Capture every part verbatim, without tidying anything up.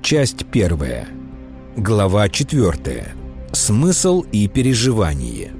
Часть первая. Глава четвертая. Смысл и переживание.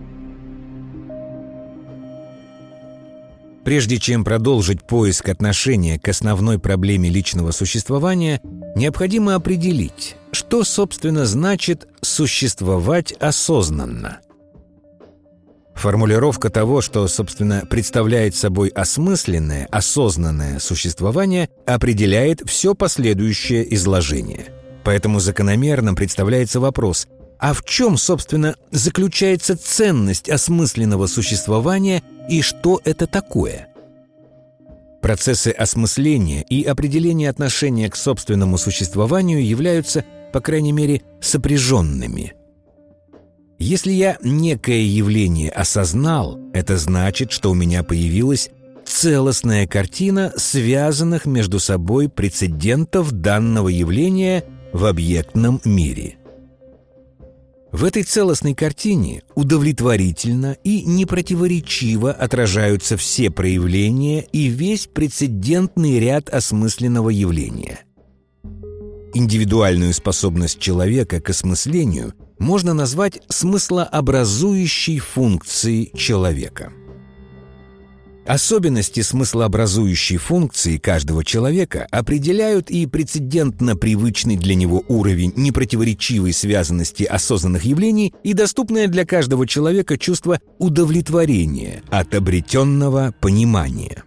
Прежде чем продолжить поиск отношения к основной проблеме личного существования, необходимо определить, что, собственно, значит «существовать осознанно». Формулировка того, что, собственно, представляет собой осмысленное, осознанное существование, определяет все последующее изложение. Поэтому закономерным представляется вопрос: а в чем, собственно, заключается ценность осмысленного существования и что это такое? Процессы осмысления и определения отношения к собственному существованию являются, по крайней мере, сопряженными. Если я некое явление осознал, это значит, что у меня появилась целостная картина связанных между собой прецедентов данного явления в объектном мире. В этой целостной картине удовлетворительно и непротиворечиво отражаются все проявления и весь прецедентный ряд осмысленного явления. Индивидуальную способность человека к осмыслению можно назвать смыслообразующей функцией человека. Особенности смыслообразующей функции каждого человека определяют и прецедентно привычный для него уровень непротиворечивой связанности осознанных явлений и доступное для каждого человека чувство удовлетворения от обретенного понимания.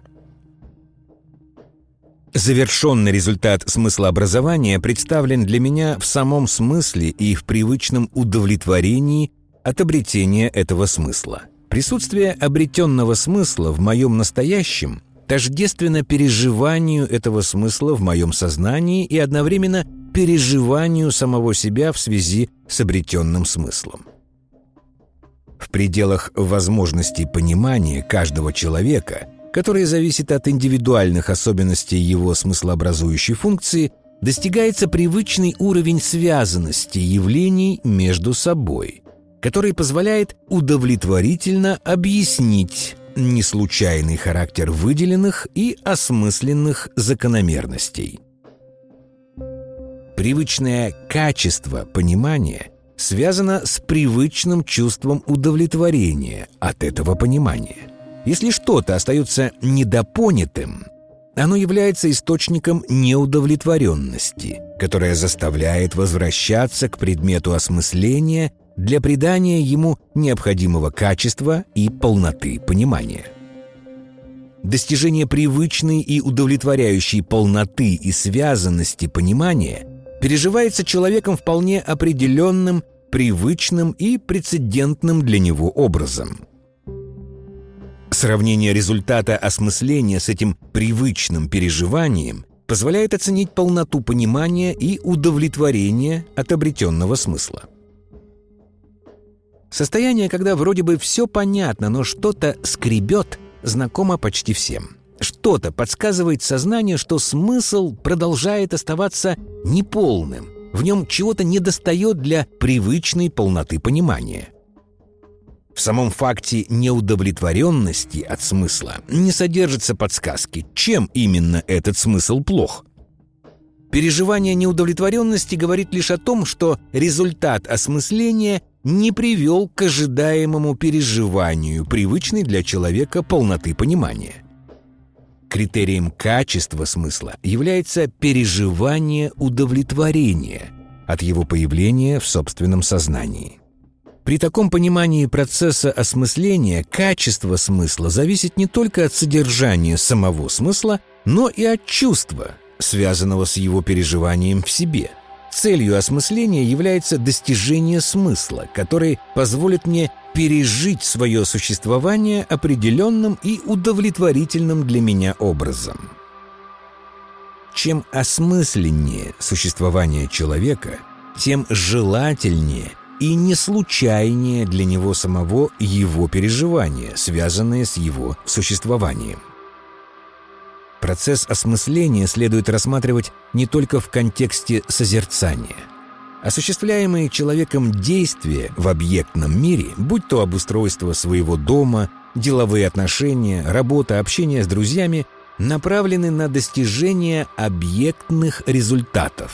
Завершенный результат смыслообразования представлен для меня в самом смысле и в привычном удовлетворении от обретения этого смысла. Присутствие обретенного смысла в моем настоящем тождественно переживанию этого смысла в моем сознании и одновременно переживанию самого себя в связи с обретенным смыслом. В пределах возможностей понимания каждого человека, которое зависит от индивидуальных особенностей его смыслообразующей функции, достигается привычный уровень связанности явлений между собой, который позволяет удовлетворительно объяснить неслучайный характер выделенных и осмысленных закономерностей. Привычное качество понимания связано с привычным чувством удовлетворения от этого понимания. Если что-то остается недопонятым, оно является источником неудовлетворенности, которая заставляет возвращаться к предмету осмысления для придания ему необходимого качества и полноты понимания. Достижение привычной и удовлетворяющей полноты и связанности понимания переживается человеком вполне определенным, привычным и прецедентным для него образом. Сравнение результата осмысления с этим привычным переживанием позволяет оценить полноту понимания и удовлетворения от обретенного смысла. Состояние, когда вроде бы все понятно, но что-то скребет, знакомо почти всем. Что-то подсказывает сознанию, что смысл продолжает оставаться неполным, в нем чего-то недостает для привычной полноты понимания. В самом факте неудовлетворенности от смысла не содержится подсказки, чем именно этот смысл плох. Переживание неудовлетворенности говорит лишь о том, что результат осмысления не привел к ожидаемому переживанию привычной для человека полноты понимания. Критерием качества смысла является переживание удовлетворения от его появления в собственном сознании. При таком понимании процесса осмысления качество смысла зависит не только от содержания самого смысла, но и от чувства, связанного с его переживанием в себе. Целью осмысления является достижение смысла, который позволит мне пережить свое существование определенным и удовлетворительным для меня образом. Чем осмысленнее существование человека, тем желательнее и не случайнее для него самого его переживания, связанные с его существованием. Процесс осмысления следует рассматривать не только в контексте созерцания. Осуществляемые человеком действия в объектном мире, будь то обустройство своего дома, деловые отношения, работа, общение с друзьями, направлены на достижение объектных результатов.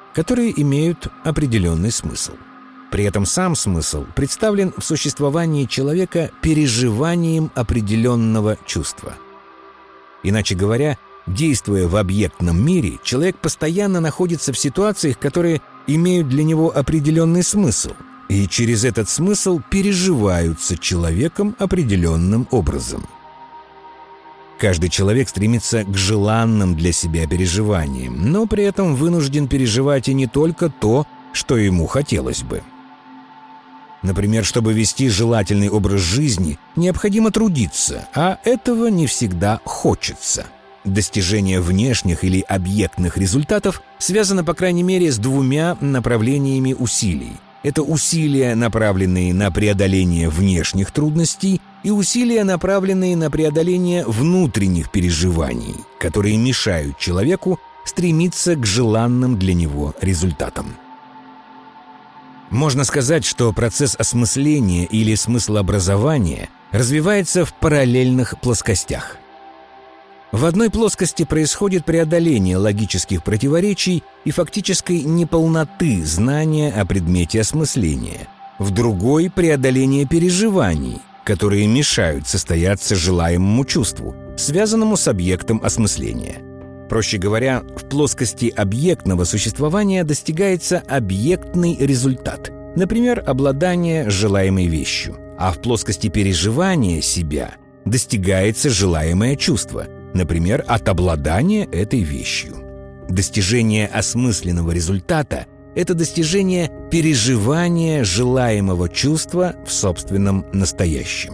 которые имеют определенный смысл. При этом сам смысл представлен в существовании человека переживанием определенного чувства. Иначе говоря, действуя в объектном мире, человек постоянно находится в ситуациях, которые имеют для него определенный смысл, и через этот смысл переживаются человеком определенным образом. Каждый человек стремится к желанным для себя переживаниям, но при этом вынужден переживать и не только то, что ему хотелось бы. Например, чтобы вести желательный образ жизни, необходимо трудиться, а этого не всегда хочется. Достижение внешних или объектных результатов связано, по крайней мере, с двумя направлениями усилий. Это усилия, направленные на преодоление внешних трудностей, и усилия, направленные на преодоление внутренних переживаний, которые мешают человеку стремиться к желанным для него результатам. Можно сказать, что процесс осмысления или смыслообразования развивается в параллельных плоскостях. В одной плоскости происходит преодоление логических противоречий и фактической неполноты знания о предмете осмысления. В другой – преодоление переживаний, которые мешают состояться желаемому чувству, связанному с объектом осмысления. Проще говоря, в плоскости объектного существования достигается объектный результат, например, обладание желаемой вещью, а в плоскости переживания себя достигается желаемое чувство, например, от обладания этой вещью. Достижение осмысленного результата – это достижение переживания желаемого чувства в собственном настоящем.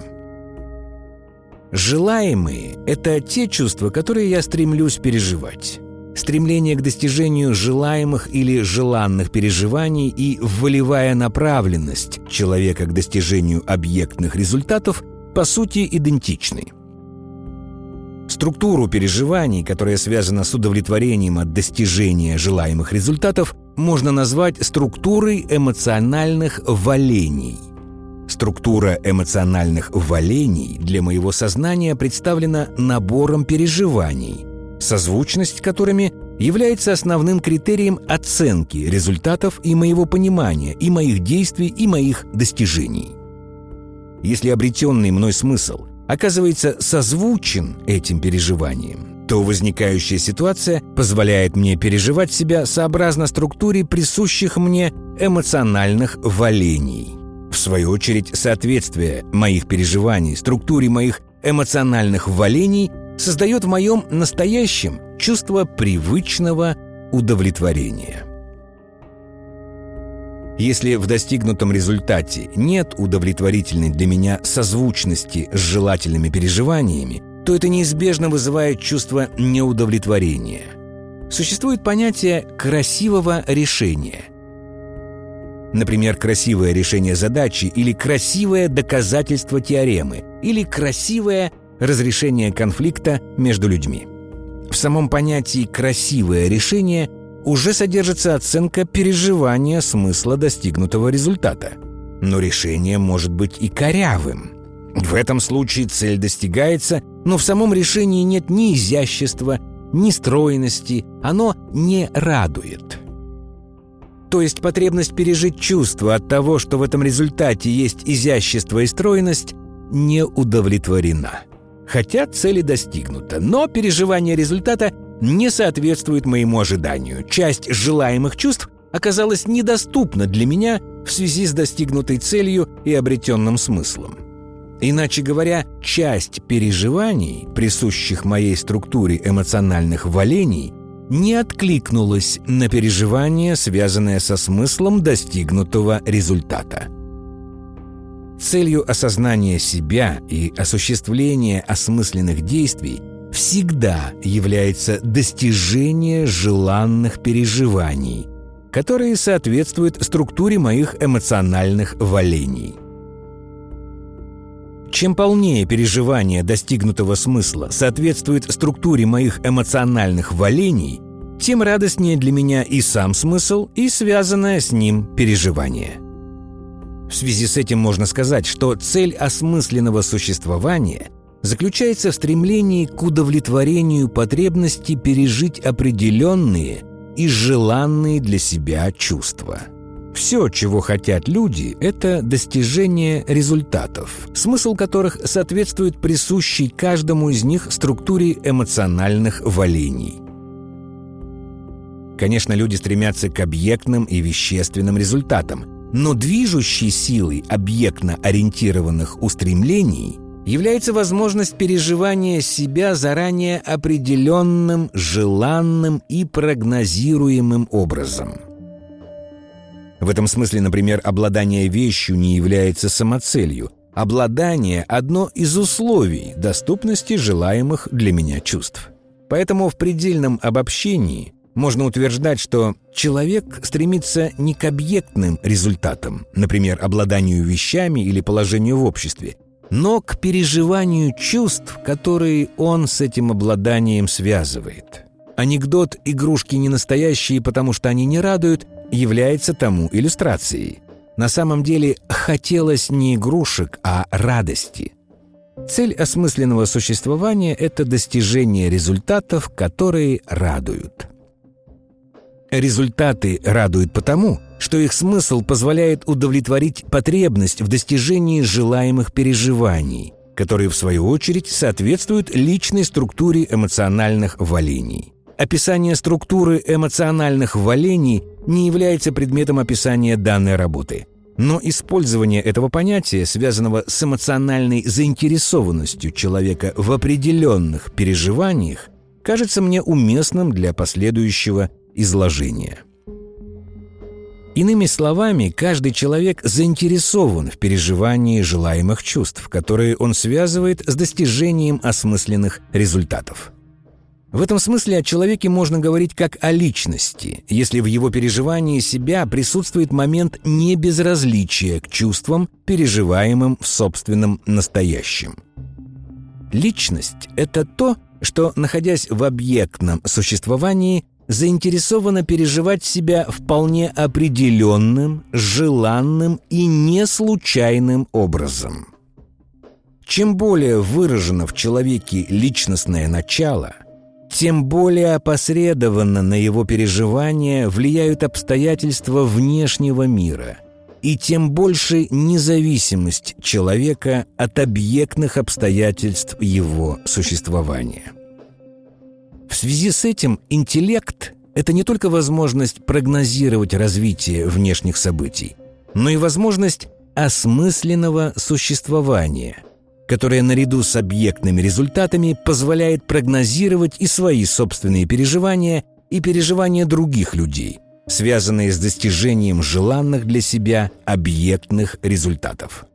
Желаемые – это те чувства, которые я стремлюсь переживать. Стремление к достижению желаемых или желанных переживаний и волевая направленность человека к достижению объектных результатов по сути идентичны. Структуру переживаний, которая связана с удовлетворением от достижения желаемых результатов, можно назвать структурой эмоциональных валений. Структура эмоциональных валений для моего сознания представлена набором переживаний, созвучность которыми является основным критерием оценки результатов и моего понимания, и моих действий, и моих достижений. Если обретенный мной смысл оказывается созвучен этим переживаниям, то возникающая ситуация позволяет мне переживать себя сообразно структуре присущих мне эмоциональных валений. В свою очередь, соответствие моих переживаний структуре моих эмоциональных валений создает в моем настоящем чувство привычного удовлетворения. Если в достигнутом результате нет удовлетворительной для меня созвучности с желательными переживаниями, то это неизбежно вызывает чувство неудовлетворения. Существует понятие красивого решения. Например, красивое решение задачи или красивое доказательство теоремы или красивое разрешение конфликта между людьми. В самом понятии «красивое решение» уже содержится оценка переживания смысла достигнутого результата. Но решение может быть и корявым. В этом случае цель достигается, но в самом решении нет ни изящества, ни стройности, оно не радует. То есть потребность пережить чувство от того, что в этом результате есть изящество и стройность, не удовлетворена. Хотя цель и достигнута, но переживание результата не соответствует моему ожиданию. Часть желаемых чувств оказалась недоступна для меня в связи с достигнутой целью и обретенным смыслом. Иначе говоря, часть переживаний, присущих моей структуре эмоциональных валений, не откликнулась на переживание, связанное со смыслом достигнутого результата. Целью осознания себя и осуществления осмысленных действий всегда является достижение желанных переживаний, которые соответствуют структуре моих эмоциональных валений. Чем полнее переживание достигнутого смысла соответствует структуре моих эмоциональных валений, тем радостнее для меня и сам смысл, и связанное с ним переживание. В связи с этим можно сказать, что цель осмысленного существования заключается в стремлении к удовлетворению потребности пережить определенные, и желанные для себя чувства. Все, чего хотят люди, это достижение результатов, смысл которых соответствует присущей каждому из них структуре эмоциональных валений. Конечно, люди стремятся к объектным и вещественным результатам, но движущей силой объектно-ориентированных устремлений является возможность переживания себя заранее определенным, желанным и прогнозируемым образом. В этом смысле, например, обладание вещью не является самоцелью. Обладание – одно из условий доступности желаемых для меня чувств. Поэтому в предельном обобщении можно утверждать, что человек стремится не к объектным результатам, например, обладанию вещами или положению в обществе, но к переживанию чувств, которые он с этим обладанием связывает. Анекдот «игрушки не настоящие, потому что они не радуют» является тому иллюстрацией. На самом деле хотелось не игрушек, а радости. Цель осмысленного существования – это достижение результатов, которые радуют. Результаты радуют потому, что их смысл позволяет удовлетворить потребность в достижении желаемых переживаний, которые, в свою очередь, соответствуют личной структуре эмоциональных валений. Описание структуры эмоциональных валений не является предметом описания данной работы, но использование этого понятия, связанного с эмоциональной заинтересованностью человека в определенных переживаниях, кажется мне уместным для последующего изложения. Иными словами, каждый человек заинтересован в переживании желаемых чувств, которые он связывает с достижением осмысленных результатов. В этом смысле о человеке можно говорить как о личности, если в его переживании себя присутствует момент небезразличия к чувствам, переживаемым в собственном настоящем. Личность – это то, что, находясь в объектном существовании, заинтересовано переживать себя вполне определенным, желанным и неслучайным образом. Чем более выражено в человеке личностное начало, тем более опосредованно на его переживания влияют обстоятельства внешнего мира, и тем больше независимость человека от объектных обстоятельств его существования. В связи с этим интеллект – это не только возможность прогнозировать развитие внешних событий, но и возможность осмысленного существования, которое наряду с объектными результатами позволяет прогнозировать и свои собственные переживания, и переживания других людей, связанные с достижением желанных для себя объектных результатов.